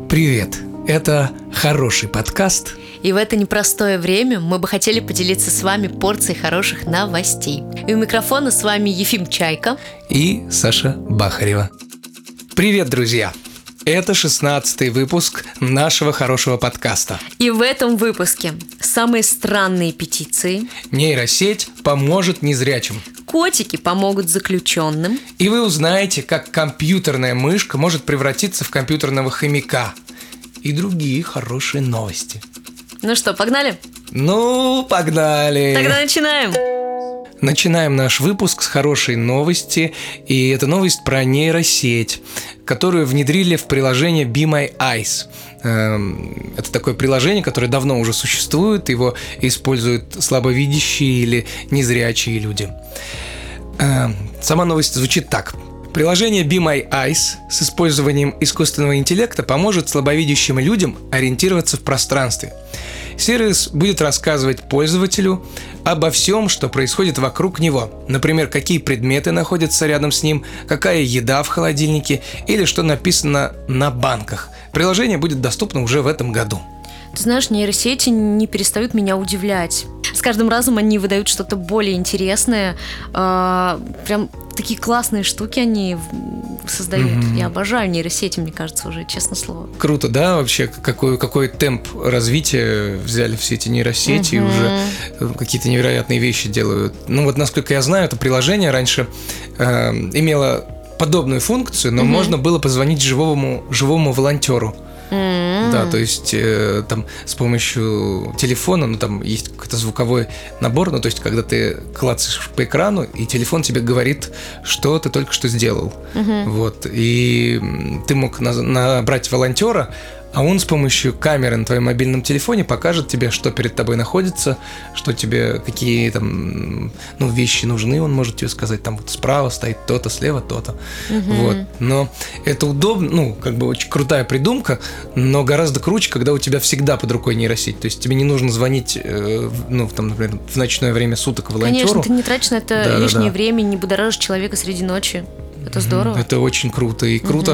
Привет! Это хороший подкаст. И в это непростое время мы бы хотели поделиться с вами порцией хороших новостей. И у микрофона с вами Ефим Чайка и Саша Бахарева. Привет, друзья! Это 16-й выпуск нашего хорошего подкаста. И в этом выпуске самые странные петиции. Нейросеть поможет незрячим. Котики помогут заключенным. И вы узнаете, как компьютерная мышка может превратиться в компьютерного хомяка. И другие хорошие новости. Ну что, погнали? Ну, погнали! Тогда начинаем! Начинаем наш выпуск с хорошей новости. И это новость про нейросеть, которую внедрили в приложение Be My Eyes. Это такое приложение, которое давно уже существует. Его используют слабовидящие или незрячие люди. Сама новость звучит так. Приложение Be My Eyes с использованием искусственного интеллекта поможет слабовидящим людям ориентироваться в пространстве. Сервис будет рассказывать пользователю обо всем, что происходит вокруг него. Например, какие предметы находятся рядом с ним, какая еда в холодильнике или что написано на банках. Приложение будет доступно уже в этом году. Ты знаешь, нейросети не перестают меня удивлять. С каждым разом они выдают что-то более интересное. Прям такие классные штуки они создают. Я обожаю нейросети, мне кажется, уже, честное слово. Круто, да, вообще, какой темп развития взяли все эти нейросети и уже какие-то невероятные вещи делают. Ну вот, насколько я знаю, это приложение раньше имело подобную функцию, но можно было позвонить живому волонтеру. Да, то есть там с помощью телефона, ну там есть какой-то звуковой набор, ну то есть когда ты клацаешь по экрану, и телефон тебе говорит, что ты только что сделал. Вот, и ты мог набрать волонтера, а он с помощью камеры на твоем мобильном телефоне покажет тебе, что перед тобой находится, что тебе, какие там, вещи нужны, он может тебе сказать, там вот справа стоит то-то, слева то-то. Вот. Но это удобно, очень крутая придумка, но гораздо круче, когда у тебя всегда под рукой нейросеть. То есть тебе не нужно звонить, например, в ночное время суток волонтеру. Конечно, ты не тратишь на это лишнее время, не будоражишь человека среди ночи. Это здорово. Это очень круто. И круто,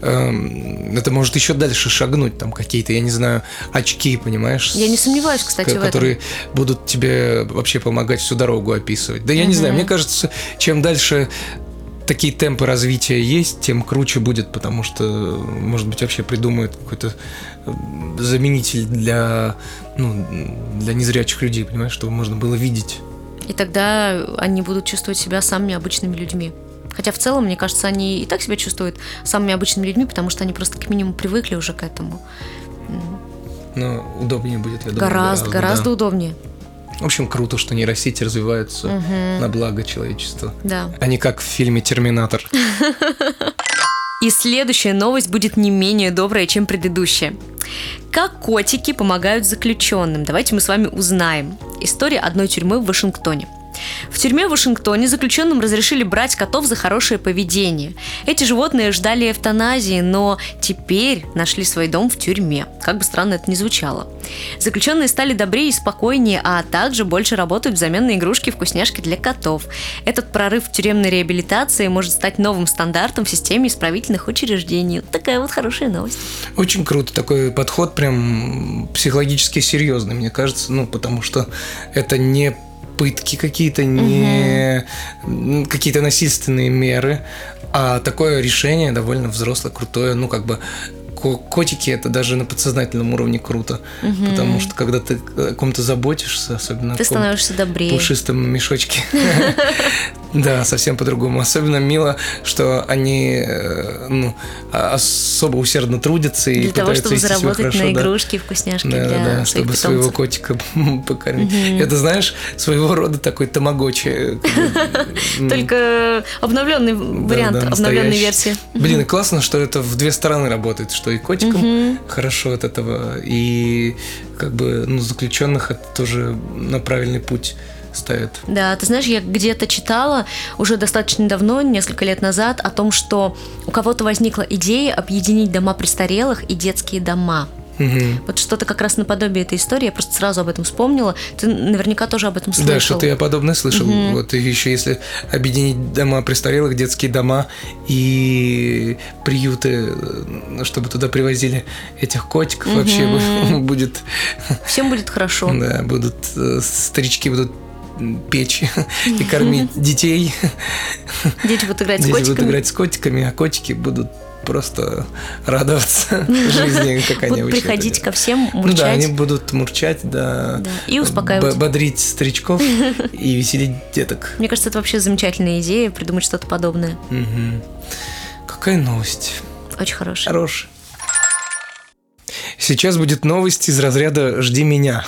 это может еще дальше шагнуть, там какие-то, я не знаю, очки, понимаешь? Я не сомневаюсь, кстати, в этом. Которые будут тебе вообще помогать всю дорогу описывать. Да я не знаю, мне кажется, чем дальше такие темпы развития есть, тем круче будет, потому что, может быть, вообще придумают какой-то заменитель для незрячих людей, понимаешь, чтобы можно было видеть. И тогда они будут чувствовать себя самыми обычными людьми. Хотя в целом, мне кажется, они и так себя чувствуют самыми обычными людьми, потому что они просто как минимум привыкли уже к этому. Но удобнее будет, я думаю. Гораздо удобнее. В общем, круто, что нейросети развиваются на благо человечества. Да. А не как в фильме «Терминатор». И следующая новость будет не менее добрая, чем предыдущая. Как котики помогают заключенным? Давайте мы с вами узнаем. История одной тюрьмы в Вашингтоне. В тюрьме в Вашингтоне заключенным разрешили брать котов за хорошее поведение. Эти животные ждали эвтаназии, но теперь нашли свой дом в тюрьме. Как бы странно это ни звучало. Заключенные стали добрее и спокойнее, а также больше работают взамен на игрушки и вкусняшки для котов. Этот прорыв в тюремной реабилитации может стать новым стандартом в системе исправительных учреждений. Вот такая вот хорошая новость. Очень круто. Такой подход прям психологически серьезный, мне кажется, потому что это не пытки какие-то, не какие-то насильственные меры, а такое решение довольно взрослое, крутое, котики это даже на подсознательном уровне круто, потому что когда ты о ком-то заботишься, особенно ты становишься добрее. Пушистом мешочке, да, совсем по-другому. Особенно мило, что они особо усердно трудятся и пытаются вести себя хорошо. Для того, чтобы заработать на игрушки и вкусняшки для своих питомцев. Чтобы своего котика покормить. Это, знаешь, своего рода такой тамагочи. Только обновленный вариант, обновленная версия. Блин, и классно, что это в две стороны работает, что и котикам хорошо от этого, и заключенных это тоже на правильный путь ставит. Да, ты знаешь, я где-то читала уже достаточно давно, несколько лет назад, о том, что у кого-то возникла идея объединить дома престарелых и детские дома. Вот что-то как раз наподобие этой истории, я просто сразу об этом вспомнила. Ты наверняка тоже об этом слышал. Да, что-то я подобное слышал. Вот и еще если объединить дома престарелых, детские дома и приюты, чтобы туда привозили этих котиков, вообще будет... Всем будет хорошо. Да, старички будут печь и кормить детей. Дети будут играть с котиками, а котики будут просто радоваться жизни, как они будут приходить ко всем, мурчать. Ну да, они будут мурчать, да. И успокаивать. Бодрить старичков и веселить деток. Мне кажется, это вообще замечательная идея, придумать что-то подобное. Какая новость? Очень хорошая. Хорошая. Сейчас будет новость из разряда «Жди меня».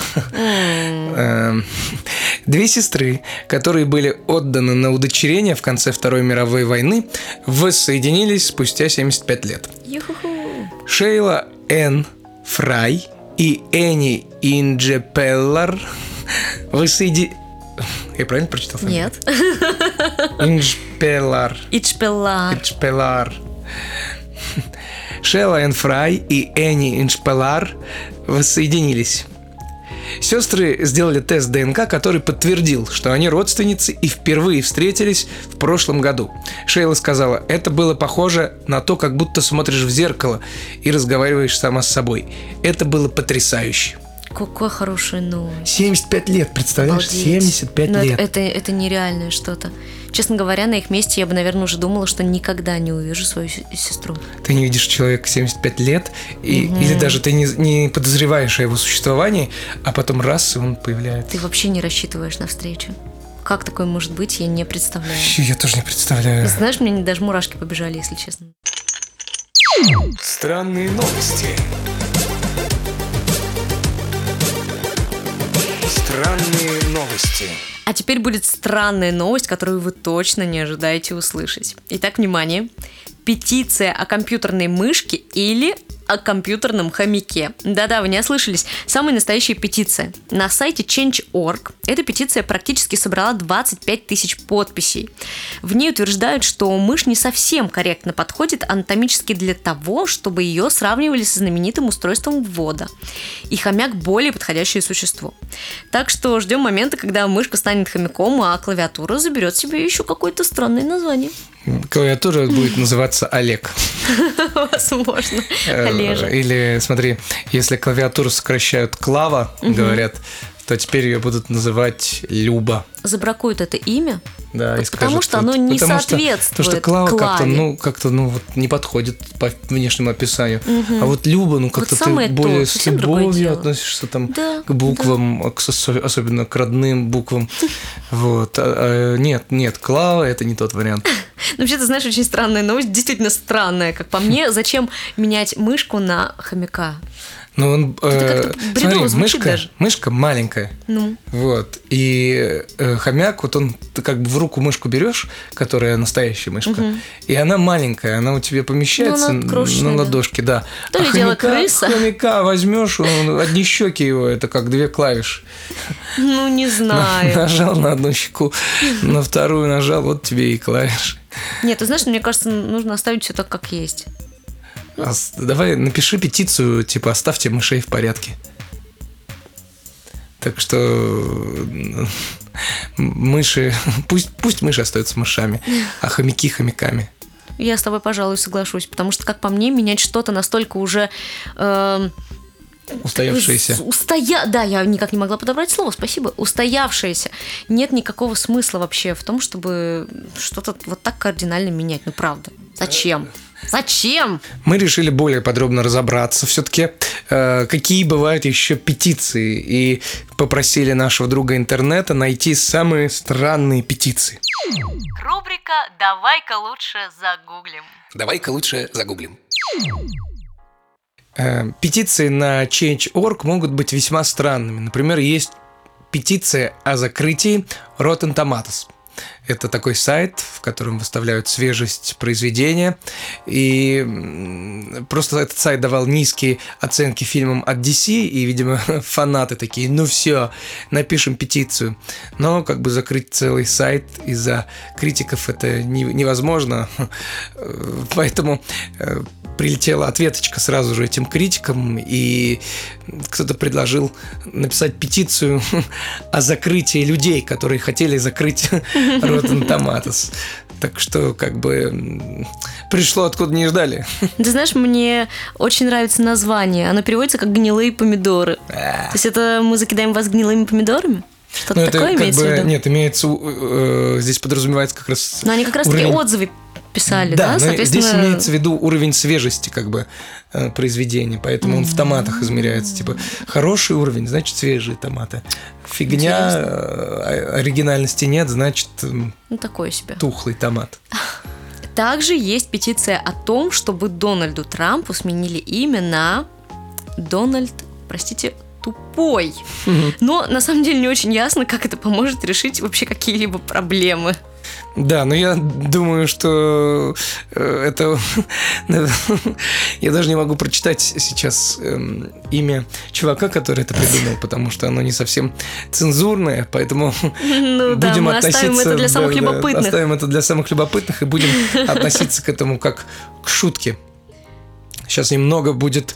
Две сестры, которые были отданы на удочерение в конце Второй мировой войны, воссоединились спустя 75 лет. Шейла Энн Фрай и Энни Инджепеллар Я правильно прочитал фамилию? Нет. Инджпеллар. Шейла Энн Фрай и Энни Инджпеллар воссоединились. Сестры сделали тест ДНК, который подтвердил, что они родственницы и впервые встретились в прошлом году. Шейла сказала: «Это было похоже на то, как будто смотришь в зеркало и разговариваешь сама с собой. Это было потрясающе». Какая хорошая новость. 75 лет, представляешь? Обалдеть. 75 лет. Это нереальное что-то. Честно говоря, на их месте я бы, наверное, уже думала, что никогда не увижу свою сестру. Ты не видишь человека 75 лет, или даже ты не подозреваешь о его существовании, а потом раз, и он появляется. Ты вообще не рассчитываешь на встречу. Как такое может быть, я не представляю. Я тоже не представляю. И знаешь, мне даже мурашки побежали, если честно. Странные новости. Странные новости. А теперь будет странная новость, которую вы точно не ожидаете услышать. Итак, внимание. Петиция о компьютерной мышке или о компьютерном хомяке. Да-да, вы не ослышались. Самая настоящая петиция. На сайте Change.org эта петиция практически собрала 25 тысяч подписей. В ней утверждают, что мышь не совсем корректно подходит анатомически для того, чтобы ее сравнивали со знаменитым устройством ввода. И хомяк более подходящее существо. Так что ждем момента, когда мышка станет хомяком, а клавиатура заберет себе еще какое-то странное название. Клавиатура будет называться Олег. Возможно. Олежа. Или, смотри, если клавиатуру сокращают Клава, говорят, то теперь ее будут называть Люба. Забракуют это имя? Да, и потому что оно не соответствует потому что Клава как-то вот не подходит по внешнему описанию. А вот Люба, как-то вот ты более с любовью относишься там к буквам, особенно к родным буквам. Вот. Нет, Клава – это не тот вариант. Ну, вообще, ты знаешь, очень странная новость, действительно странная, как по мне. Зачем менять мышку на хомяка? Ну, он, смотри, мышка маленькая. Ну. Вот. И хомяк, вот он, ты как бы в руку мышку берешь, которая настоящая мышка, и она маленькая, она у тебя помещается на ладошке, да. То ли дело крыса. Хомяка возьмешь, одни щеки его, это как две клавиши. Ну, не знаю. Нажал на одну щеку, на вторую нажал, вот тебе и клавиши. Нет, ты знаешь, мне кажется, нужно оставить все так, как есть. Давай напиши петицию, типа «Оставьте мышей в порядке». Так что мыши, пусть мыши остаются мышами, а хомяки хомяками. Я с тобой, пожалуй, соглашусь, потому что, как по мне, менять что-то настолько уже... Устоявшееся. Да, я никак не могла подобрать слово, спасибо. Устоявшееся. Нет никакого смысла вообще в том, чтобы что-то вот так кардинально менять. Ну, правда. Зачем? Зачем? Мы решили более подробно разобраться все-таки, какие бывают еще петиции, и попросили нашего друга интернета найти самые странные петиции. Рубрика «Давай-ка лучше загуглим». Давай-ка лучше загуглим. Петиции на Change.org могут быть весьма странными. Например, есть петиция о закрытии Rotten Tomatoes. Это такой сайт, в котором выставляют свежесть произведения. И просто этот сайт давал низкие оценки фильмам от DC, и, видимо, фанаты такие: ну все, напишем петицию. Но как бы закрыть целый сайт из-за критиков это невозможно. Поэтому прилетела ответочка сразу же этим критикам, и кто-то предложил написать петицию о закрытии людей, которые хотели закрыть Rotten Tomatoes. Так что, как бы, пришло откуда не ждали. Ты знаешь, мне очень нравится название. Оно переводится как «гнилые помидоры». То есть это мы закидаем вас гнилыми помидорами? Что-то такое имеется в виду? Нет, имеется, здесь подразумевается как раз... Но они как раз такие отзывы писали, да? Да, соответственно... здесь имеется в виду уровень свежести, как бы, произведения, поэтому он в томатах измеряется. Типа, хороший уровень, значит, свежие томаты. Фигня, оригинальности нет, значит, такое себе. Тухлый томат. Также есть петиция о том, чтобы Дональду Трампу сменили имя на Дональд, тупой. Но на самом деле не очень ясно, как это поможет решить вообще какие-либо проблемы. Да, но я думаю, что это... Я даже не могу прочитать сейчас имя чувака, который это придумал, потому что оно не совсем цензурное, поэтому будем относиться... Оставим это для самых любопытных. Оставим это для самых любопытных и будем относиться к этому как к шутке. Сейчас немного будет,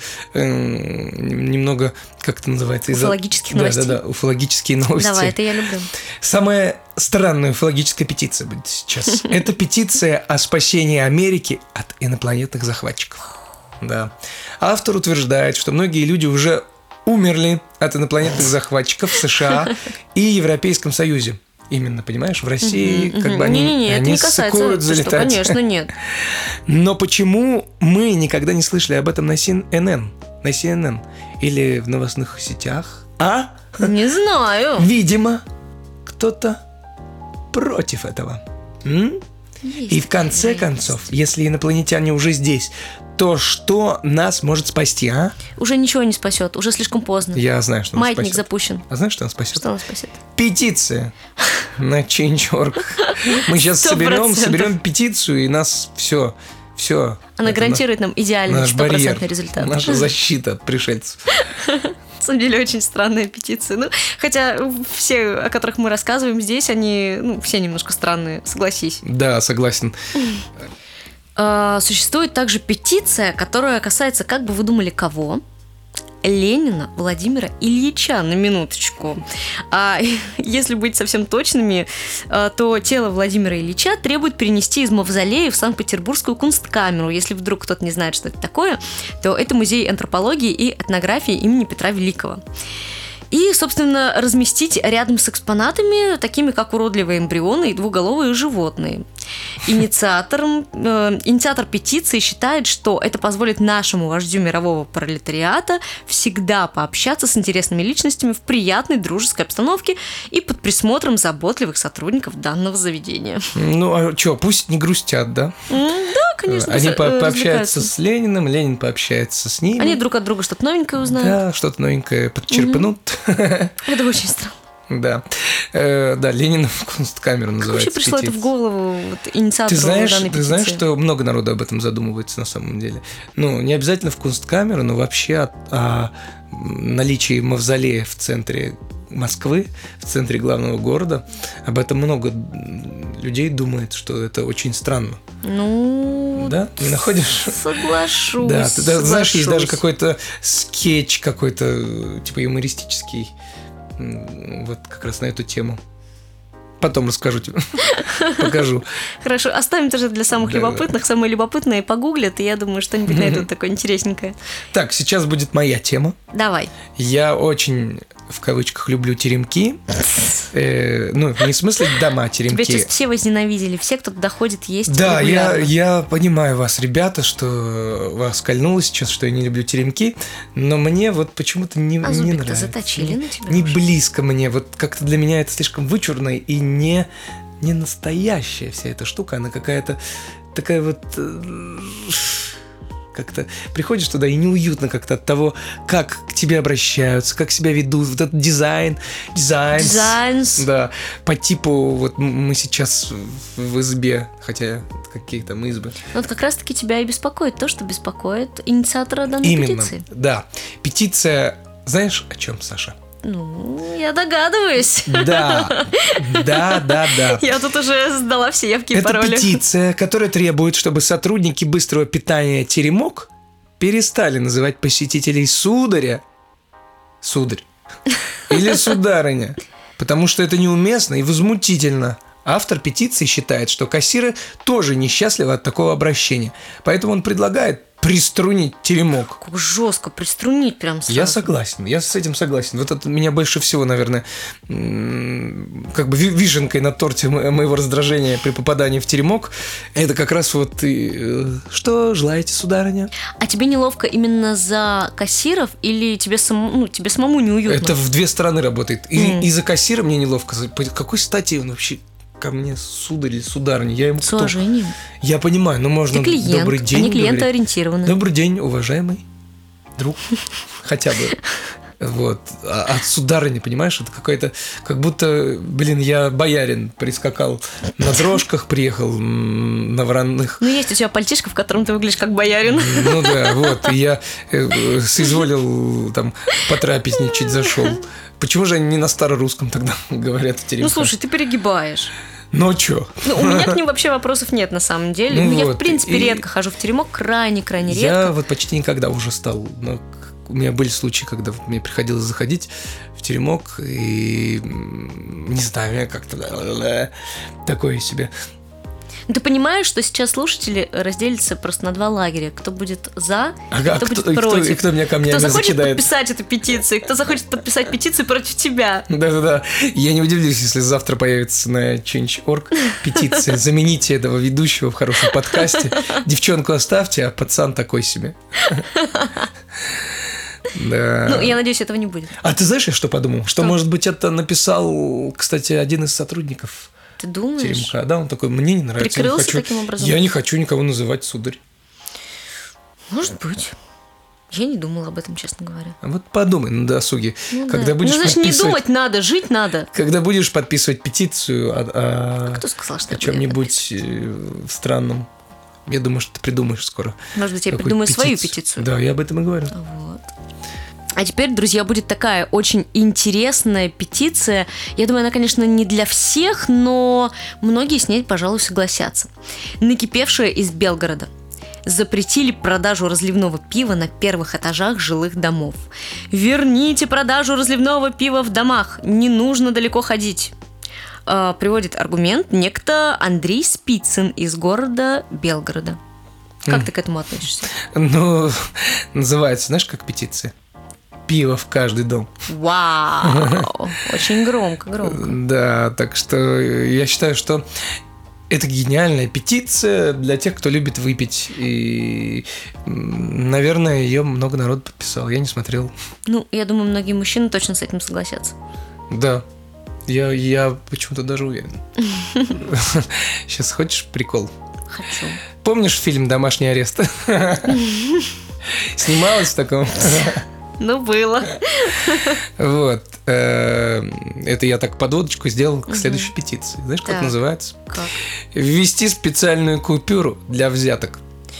как это называется? Уфологических новостей. Да, уфологические новости. Давай, это я люблю. Самая странная уфологическая петиция будет сейчас. Это петиция о спасении Америки от инопланетных захватчиков. Да. Автор утверждает, что многие люди уже умерли от инопланетных захватчиков в США и Европейском Союзе. Именно, понимаешь, в России как бы они ссыкуют залетать. Конечно, нет. Но почему мы никогда не слышали об этом на CNN? На CNN? Или в новостных сетях? А? Не знаю. Видимо, кто-то против этого. И в конце концов, если инопланетяне уже здесь, то что нас может спасти, а? Уже ничего не спасет, уже слишком поздно. Я знаю, что нас спасет. Маятник запущен. А знаешь, что нас спасет? Что нас спасет? Петиция на Change.org. Мы сейчас соберем петицию, и нас все. Она гарантирует нам идеальный 100% результат. Наша защита от пришельцев. На самом деле очень странная петиция. Ну, хотя все, о которых мы рассказываем здесь, они, все немножко странные, согласись. Да, согласен. Существует также петиция, которая касается, как бы вы думали, кого? Ленина Владимира Ильича, на минуточку. А если быть совсем точными, то тело Владимира Ильича требует перенести из мавзолея в Санкт-Петербургскую кунсткамеру. Если вдруг кто-то не знает, что это такое, то это музей антропологии и этнографии имени Петра Великого. И, собственно, разместить рядом с экспонатами, такими как уродливые эмбрионы и двуголовые животные. Инициатор петиции считает, что это позволит нашему вождю мирового пролетариата всегда пообщаться с интересными личностями в приятной дружеской обстановке и под присмотром заботливых сотрудников данного заведения. Ну, а что, пусть не грустят, да? Да, конечно. Они пообщаются с Лениным, Ленин пообщается с ними. Они друг от друга что-то новенькое узнают. Да, что-то новенькое подчерпнут. Это очень странно. Да. Ленина в кунсткамеру называется. Как вообще пришло это в голову инициатору данной петиции? Ты знаешь, что много народу об этом задумывается на самом деле? Не обязательно в кунсткамеру, но вообще о наличии мавзолея в центре Москвы, в центре главного города. Об этом много людей думает, что это очень странно. Да? Не находишь? Соглашусь. Да, ты знаешь, есть даже какой-то скетч какой-то, типа юмористический, вот как раз на эту тему. Потом расскажу тебе. Покажу. Хорошо, оставим тоже для самых любопытных. Самые любопытные погуглят, и я думаю, что-нибудь найдут такое интересненькое. Так, сейчас будет моя тема. Давай. Я очень, в кавычках, люблю теремки. Не в смысле дома, теремки. Тебя сейчас все возненавидели, все, кто туда ходит, есть. Да, я понимаю вас, ребята, что вас кольнуло сейчас, что я не люблю теремки, но мне вот почему-то не нравится. Заточили на тебя? Не близко мне, вот как-то для меня это слишком вычурно и не настоящая вся эта штука, она какая-то такая вот... Как-то приходишь туда и неуютно как-то от того, как к тебе обращаются, как себя ведут, вот этот дизайн. Да, по типу, вот мы сейчас в избе, хотя какие там избы. Вот как раз-таки тебя и беспокоит то, что беспокоит инициатора данной петиции. Да. Петиция, знаешь, о чем, Саша? Я догадываюсь. Да. Я тут уже сдала все явки и пароли. Это петиция, которая требует, чтобы сотрудники быстрого питания «Теремок» перестали называть посетителей сударь или сударыня, потому что это неуместно и возмутительно. Автор петиции считает, что кассиры тоже несчастливы от такого обращения, поэтому он предлагает приструнить теремок. Как жестко приструнить прям сразу. Я согласен, я с этим согласен. Вот это меня больше всего, наверное, как бы вишенкой на торте моего раздражения при попадании в теремок, это как раз вот что желаете, сударыня? А тебе неловко именно за кассиров или тебе самому неуютно? Это в две стороны работает. И за кассира мне неловко. По какой стати он вообще ко мне сударь или сударыня? Я ему с уважением. Я понимаю, но можно ты клиент, добрый день. Они клиентоориентированы. Добрый день, уважаемый друг. Хотя бы. Вот. А сударыня, понимаешь, это какая-то, как будто, я боярин, прискакал на дрожках, приехал на вороных. Ну, есть у тебя пальтишко, в котором ты выглядишь как боярин. Ну да, вот. И я соизволил там потрапезничать, зашел. Почему же они не на старорусском тогда говорят в теремках? Ну, слушай, ты перегибаешь. Ну, чё? Ну, у меня к ним вообще вопросов нет, на самом деле. Ну, я, вот. в принципе, редко хожу в теремок, крайне-крайне редко. Я вот почти никогда уже стал. Но у меня были случаи, когда мне приходилось заходить в теремок, и, не знаю, я как-то такое себе. Ты понимаешь, что сейчас слушатели разделятся просто на два лагеря. Кто будет за, кто будет против. И кто меня камнями закидает. Кто захочет закидает. подписать эту петицию, кто захочет подписать петицию против тебя. Да-да-да. Я не удивлюсь, если завтра появится на Change.org петиция. Замените этого ведущего в хорошем подкасте. Девчонку оставьте, а пацан такой себе. Да. Ну, я надеюсь, этого не будет. А ты знаешь, я что подумал? Что, может быть, это написал, кстати, один из сотрудников. Ты думаешь? Теремка, да, он такой, мне не нравится. Прикрылся таким образом? Я не хочу никого называть сударь. Может быть. Я не думала об этом, честно говоря. А вот подумай на досуге. Ну, когда да. будешь не думать надо, жить надо. Когда будешь подписывать петицию Кто сказал, что о чем-нибудь странном, я думаю, что ты придумаешь скоро. Может быть, я придумаю свою петицию. Да, я об этом и говорю. Вот. А теперь, друзья, будет такая очень интересная петиция. Я думаю, она, конечно, не для всех, но многие с ней, пожалуй, согласятся. Накипевшая из Белгорода. Запретили продажу разливного пива на первых этажах жилых домов. Верните продажу разливного пива в домах. Не нужно далеко ходить. Приводит аргумент некто Андрей Спицын из города Белгорода. Как ты к этому относишься? Ну, называется, знаешь, как петиция? Пиво в каждый дом. Вау! Очень громко. Да, так что я считаю, что это гениальная петиция для тех, кто любит выпить. И, наверное, ее много народу подписал. Я не смотрел. Ну, я думаю, многие мужчины точно с этим согласятся. Да. Я почему-то даже уверен. Сейчас хочешь прикол? Хочу. Помнишь фильм «Домашний арест»? Снималась в таком? Ну, было. Вот. Это я так подводочку сделал к следующей петиции. Знаешь, как называется? Как? Ввести специальную купюру для взяток.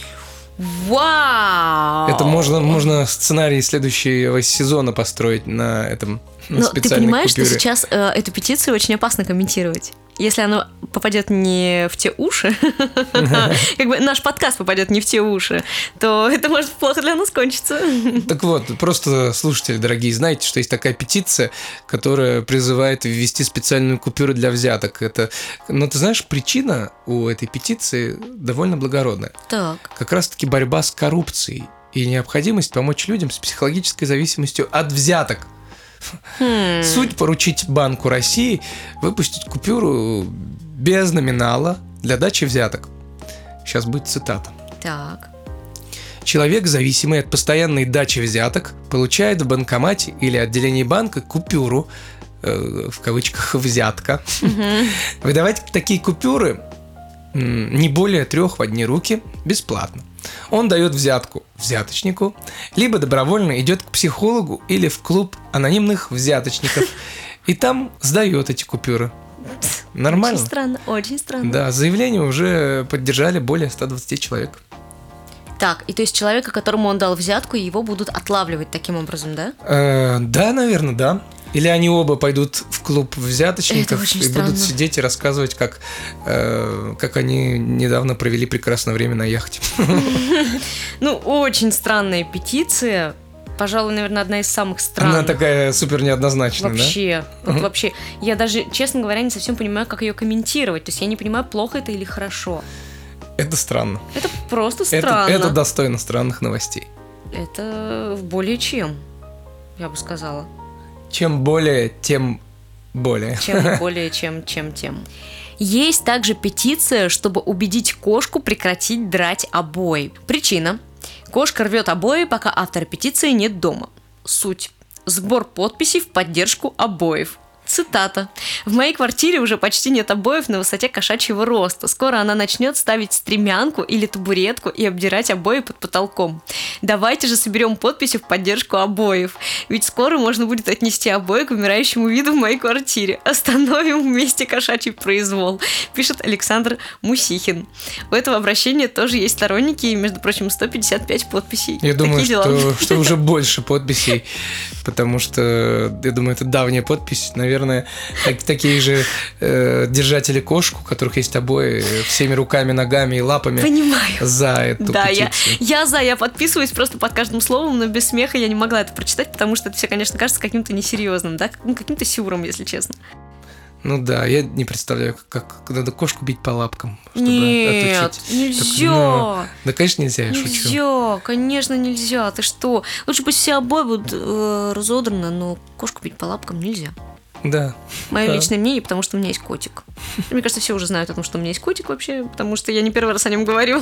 Вау! Это можно сценарий следующего сезона построить на этом на Но специальной ты понимаешь, купюре. что сейчас эту петицию очень опасно комментировать. Если оно попадет не в те уши, как бы наш подкаст попадет не в те уши, то это может плохо для нас кончиться. Так вот, просто, слушатели дорогие, знаете, что есть такая петиция, которая призывает ввести специальную купюру для взяток. Но ты знаешь, причина у этой петиции довольно благородная. Так. Как раз-таки борьба с коррупцией и необходимость помочь людям с психологической зависимостью от взяток. Суть поручить Банку России выпустить купюру без номинала для дачи взяток. Сейчас будет цитата. Так. Человек, зависимый от постоянной дачи взяток, получает в банкомате или отделении банка купюру, в кавычках взятка. Выдавать такие купюры не более 3 в одни руки бесплатно. Он дает взятку взяточнику, либо добровольно идет к психологу или в клуб анонимных взяточников, и там сдает эти купюры. Нормально? Очень странно, очень странно. Да, заявление уже поддержали более 120 человек. Так, и то есть человека, которому он дал взятку, его будут отлавливать таким образом, да? Да, наверное, да. Или они оба пойдут в клуб взяточников и странно. будут сидеть и рассказывать, как они недавно провели прекрасное время на яхте. Ну, очень странная петиция. Пожалуй, наверное, одна из самых странных. Она такая супер неоднозначная, вообще, да? Вот вообще. Я даже, честно говоря, не совсем понимаю, как ее комментировать. То есть я не понимаю, плохо это или хорошо. Это странно. Это просто странно. Это достойно странных новостей. Это более чем, я бы сказала. Чем более, тем более. Чем более, чем тем. Есть также петиция, чтобы убедить кошку прекратить драть обои. Причина. Кошка рвет обои, пока автора петиции нет дома. Суть. Сбор подписей в поддержку обоев. Цитата. «В моей квартире уже почти нет обоев на высоте кошачьего роста. Скоро она начнет ставить стремянку или табуретку и обдирать обои под потолком. Давайте же соберем подписи в поддержку обоев. Ведь скоро можно будет отнести обои к умирающему виду в моей квартире. Остановим вместе кошачий произвол», пишет Александр Мусихин. У этого обращения тоже есть сторонники, и, между прочим, 155 подписей. Я думаю, что уже больше подписей, потому что, я думаю, это давняя подпись, наверное, такие же держатели кошек, у которых есть обои, всеми руками, ногами и лапами. Понимаю. За эту петицию. Я подписываюсь просто под каждым словом, но без смеха я не могла это прочитать, потому что это все, конечно, кажется каким-то несерьезным, да, каким-то сюром, если честно. Ну да, я не представляю, как надо кошку бить по лапкам, чтобы Нет, отучить. нельзя. Да, конечно, нельзя, я шучу. Нельзя, конечно, нельзя. Ты что? Лучше пусть все обои будут разодраны, но кошку бить по лапкам нельзя. Да. Мое личное мнение, потому что у меня есть котик. Мне кажется, все уже знают о том, что у меня есть котик вообще, потому что я не первый раз о нем говорю.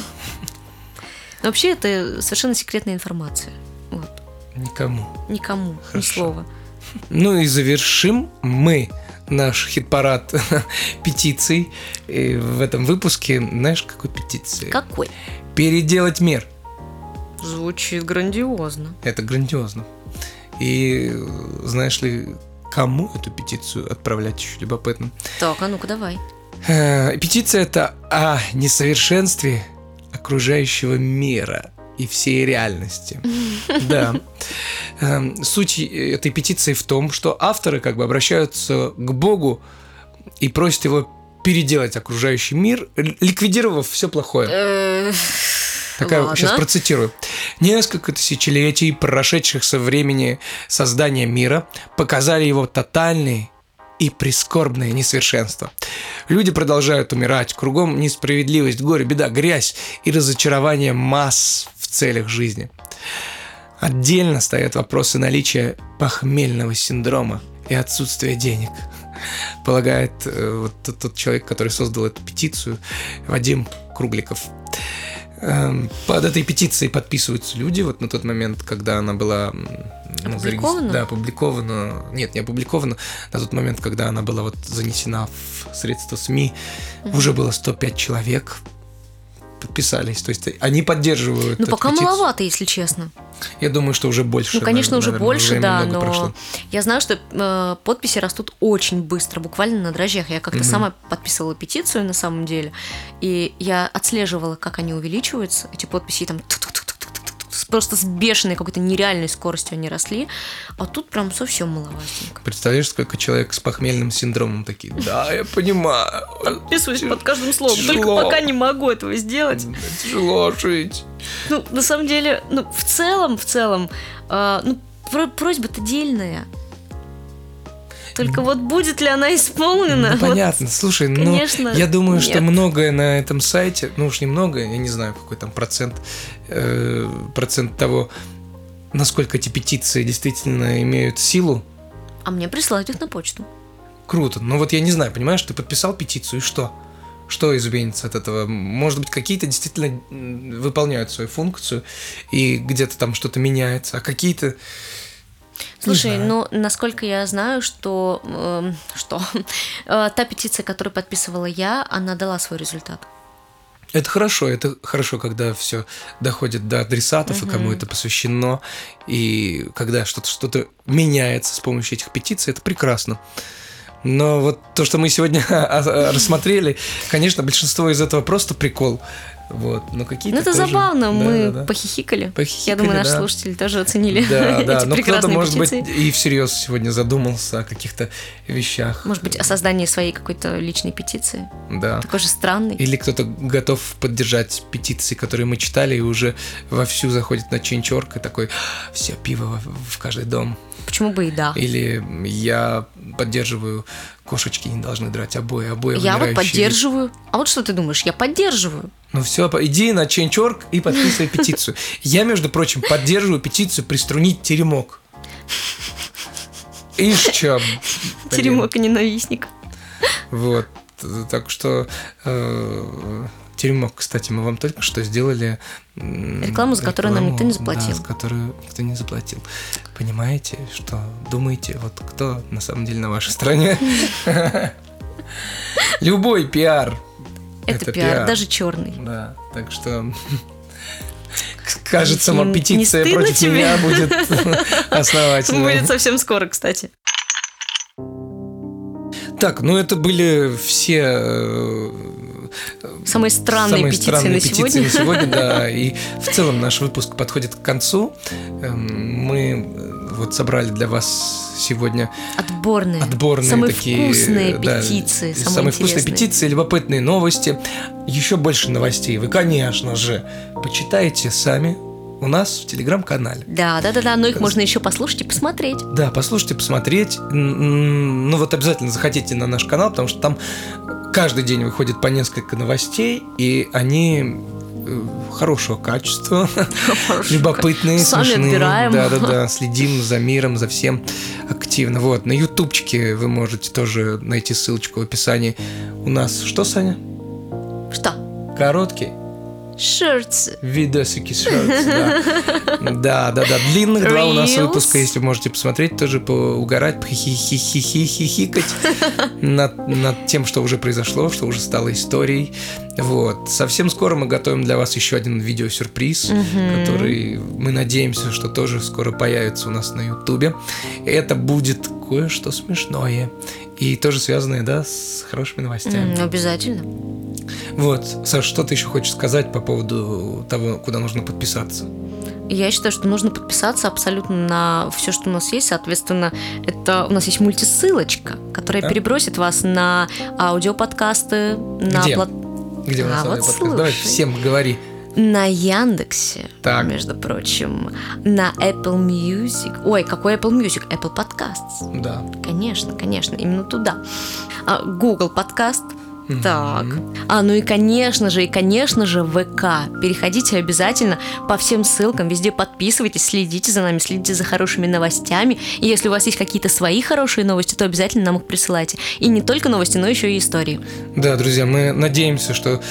Но вообще это совершенно секретная информация. Вот. Никому. Никому, Хорошо. ни слова. Ну и завершим мы наш хит-парад петиций в этом выпуске. Знаешь, какой петиции? Какой? Переделать мир. Звучит грандиозно. Это грандиозно. И знаешь ли, кому эту петицию отправлять, еще любопытно? Так, а ну-ка давай. Петиция это о несовершенстве окружающего мира и всей реальности. Да. Суть этой петиции в том, что авторы как бы обращаются к Богу и просят его переделать окружающий мир, ликвидировав все плохое. Ладно. Сейчас процитирую. Несколько тысячелетий, прошедших со времени создания мира, показали его тотальные и прискорбное несовершенство. Люди продолжают умирать, кругом несправедливость, горе, беда, грязь и разочарование масс в целях жизни. Отдельно стоят вопросы наличия похмельного синдрома и отсутствия денег, полагает вот тот человек, который создал эту петицию, Вадим Кругликов. Под этой петицией подписываются люди вот на тот момент, когда она была опубликована? Да, опубликована. Нет, не опубликована. На тот момент, когда она была вот занесена в средства СМИ, уже было 105 человек подписались. То есть они поддерживают эту пока петицию. маловато, если честно. Я думаю, что уже больше. Ну, конечно, уже наверное, больше, да, но прошло. Я знаю, что подписи растут очень быстро, буквально на дрожжах. Я как-то сама подписывала петицию на самом деле, и я отслеживала, как они увеличиваются, эти подписи, и там просто с бешеной какой-то нереальной скоростью они росли, а тут прям совсем маловатенько. Представляешь, сколько человек с похмельным синдромом такие? Да, я понимаю. Подписываюсь под каждым словом, тяжело. только пока не могу этого сделать. Тяжело жить. Ну, на самом деле, в целом, просьба-то дельная. Только вот будет ли она исполнена? Понятно. Слушай, конечно, я думаю, нет. что многое на этом сайте, уж немного, я не знаю, какой там процент того, насколько эти петиции действительно имеют силу. А мне присылают их на почту. Круто. Но вот я не знаю, понимаешь, ты подписал петицию, и что? Что изменится от этого? Может быть, какие-то действительно выполняют свою функцию, и где-то там что-то меняется, а какие-то... Слушай, насколько я знаю, что та петиция, которую подписывала я, она дала свой результат. Это хорошо, когда все доходит до адресатов, и кому это посвящено, и когда что-то меняется с помощью этих петиций, это прекрасно. Но вот то, что мы сегодня рассмотрели, конечно, большинство из этого просто прикол. Вот, но какие-то Ну, это тоже... забавно, мы похихикали. Я думаю, наши слушатели тоже оценили эти но кто-то, прекрасные может быть, петиции. и всерьез сегодня задумался о каких-то вещах. Может быть, о создании своей какой-то личной петиции. Да. Такой же странный. Или кто-то готов поддержать петиции, которые мы читали, и уже вовсю заходит на Change.org и такой: все, пиво в каждый дом. Почему бы и да. Или я поддерживаю, кошечки не должны драть обои Я вот вымирающий вид. поддерживаю. А вот что ты думаешь? Я поддерживаю. Ну все, иди на Change.org и подписывай петицию. Я, между прочим, поддерживаю петицию «Приструнить теремок». Ишь, чё, блин. Теремок и ненавистник. Вот, так что... Теремок, кстати, мы вам только что сделали рекламу, за которую нам никто не заплатил. Да, за которую никто не заплатил. Понимаете, что думаете, вот кто на самом деле на вашей стороне? Любой пиар. Это пиар, даже черный. Да, так что... Кажется, Ефим, петиция против тебе? меня будет основательной. Будет совсем скоро, кстати. Так, ну это были все... Самые странные петиции на сегодня. Да, и в целом наш выпуск подходит к концу. Мы вот собрали для вас сегодня отборные самые такие, вкусные петиции, самые вкусные петиции, любопытные новости, еще больше новостей. Вы, конечно же, почитаете сами у нас в Телеграм-канале. Да, но их можно еще послушать и посмотреть. Да, послушайте, посмотреть. Ну вот обязательно заходите на наш канал, потому что там каждый день выходит по несколько новостей, и они хорошего качества, любопытные, смешные. Сами отбираем. Да, следим за миром, за всем активно. Вот, на ютубчике вы можете тоже найти ссылочку в описании. У нас что, Саня? Что? Короткий. Шортсы. Видосики шортс, да. Да. Длинных два у нас выпуска, если можете посмотреть, тоже поугарать, похихикать над тем, что уже произошло, что уже стало историей. Вот. Совсем скоро мы готовим для вас еще один видеосюрприз, который, мы надеемся, что тоже скоро появится у нас на Ютубе. Это будет кое-что смешное. И тоже связанное, да, с хорошими новостями. Обязательно. Вот, Саш, что ты еще хочешь сказать по поводу того, куда нужно подписаться? Я считаю, что нужно подписаться абсолютно на все, что у нас есть. Соответственно, это у нас есть мультисылочка, которая перебросит вас на аудиоподкасты. Где у нас аудиоподкасты? Давай всем говори. На Яндексе, так. Между прочим, на Apple Music. Ой, какой Apple Music? Apple Podcasts. Да. Конечно, именно туда. Google Подкаст. Так. Ну и конечно же, ВК. Переходите обязательно по всем ссылкам, везде подписывайтесь, следите за нами, следите за хорошими новостями. И если у вас есть какие-то свои хорошие новости, то обязательно нам их присылайте. И не только новости, но еще и истории. Да, друзья, мы надеемся, что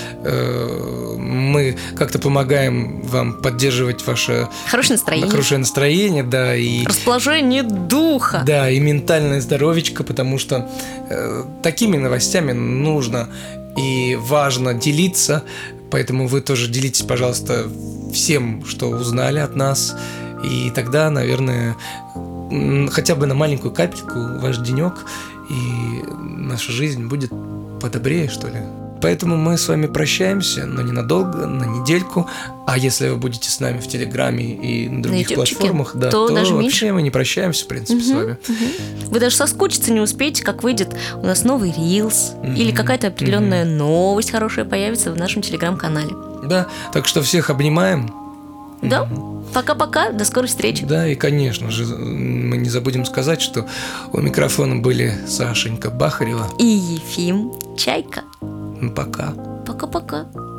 мы как-то помогаем вам поддерживать ваше хорошее настроение, да, и расположение духа. Да, и ментальное здоровечко, потому что такими новостями нужно и важно делиться, поэтому вы тоже делитесь, пожалуйста, всем, что узнали от нас, и тогда, наверное, хотя бы на маленькую капельку ваш денек и наша жизнь будет подобрее, что ли. Поэтому мы с вами прощаемся, но ненадолго, на недельку. А если вы будете с нами в Телеграме и на других платформах, да, то вообще мы не прощаемся, в принципе, с вами. Вы даже соскучиться не успеете, как выйдет у нас новый рилс или какая-то определенная новость хорошая появится в нашем Телеграм-канале. Да, так что всех обнимаем. Да, пока-пока, до скорой встречи. Да, и, конечно же, мы не забудем сказать, что у микрофона были Сашенька Бахарева и Ефим Чайка. Пока. Пока-пока.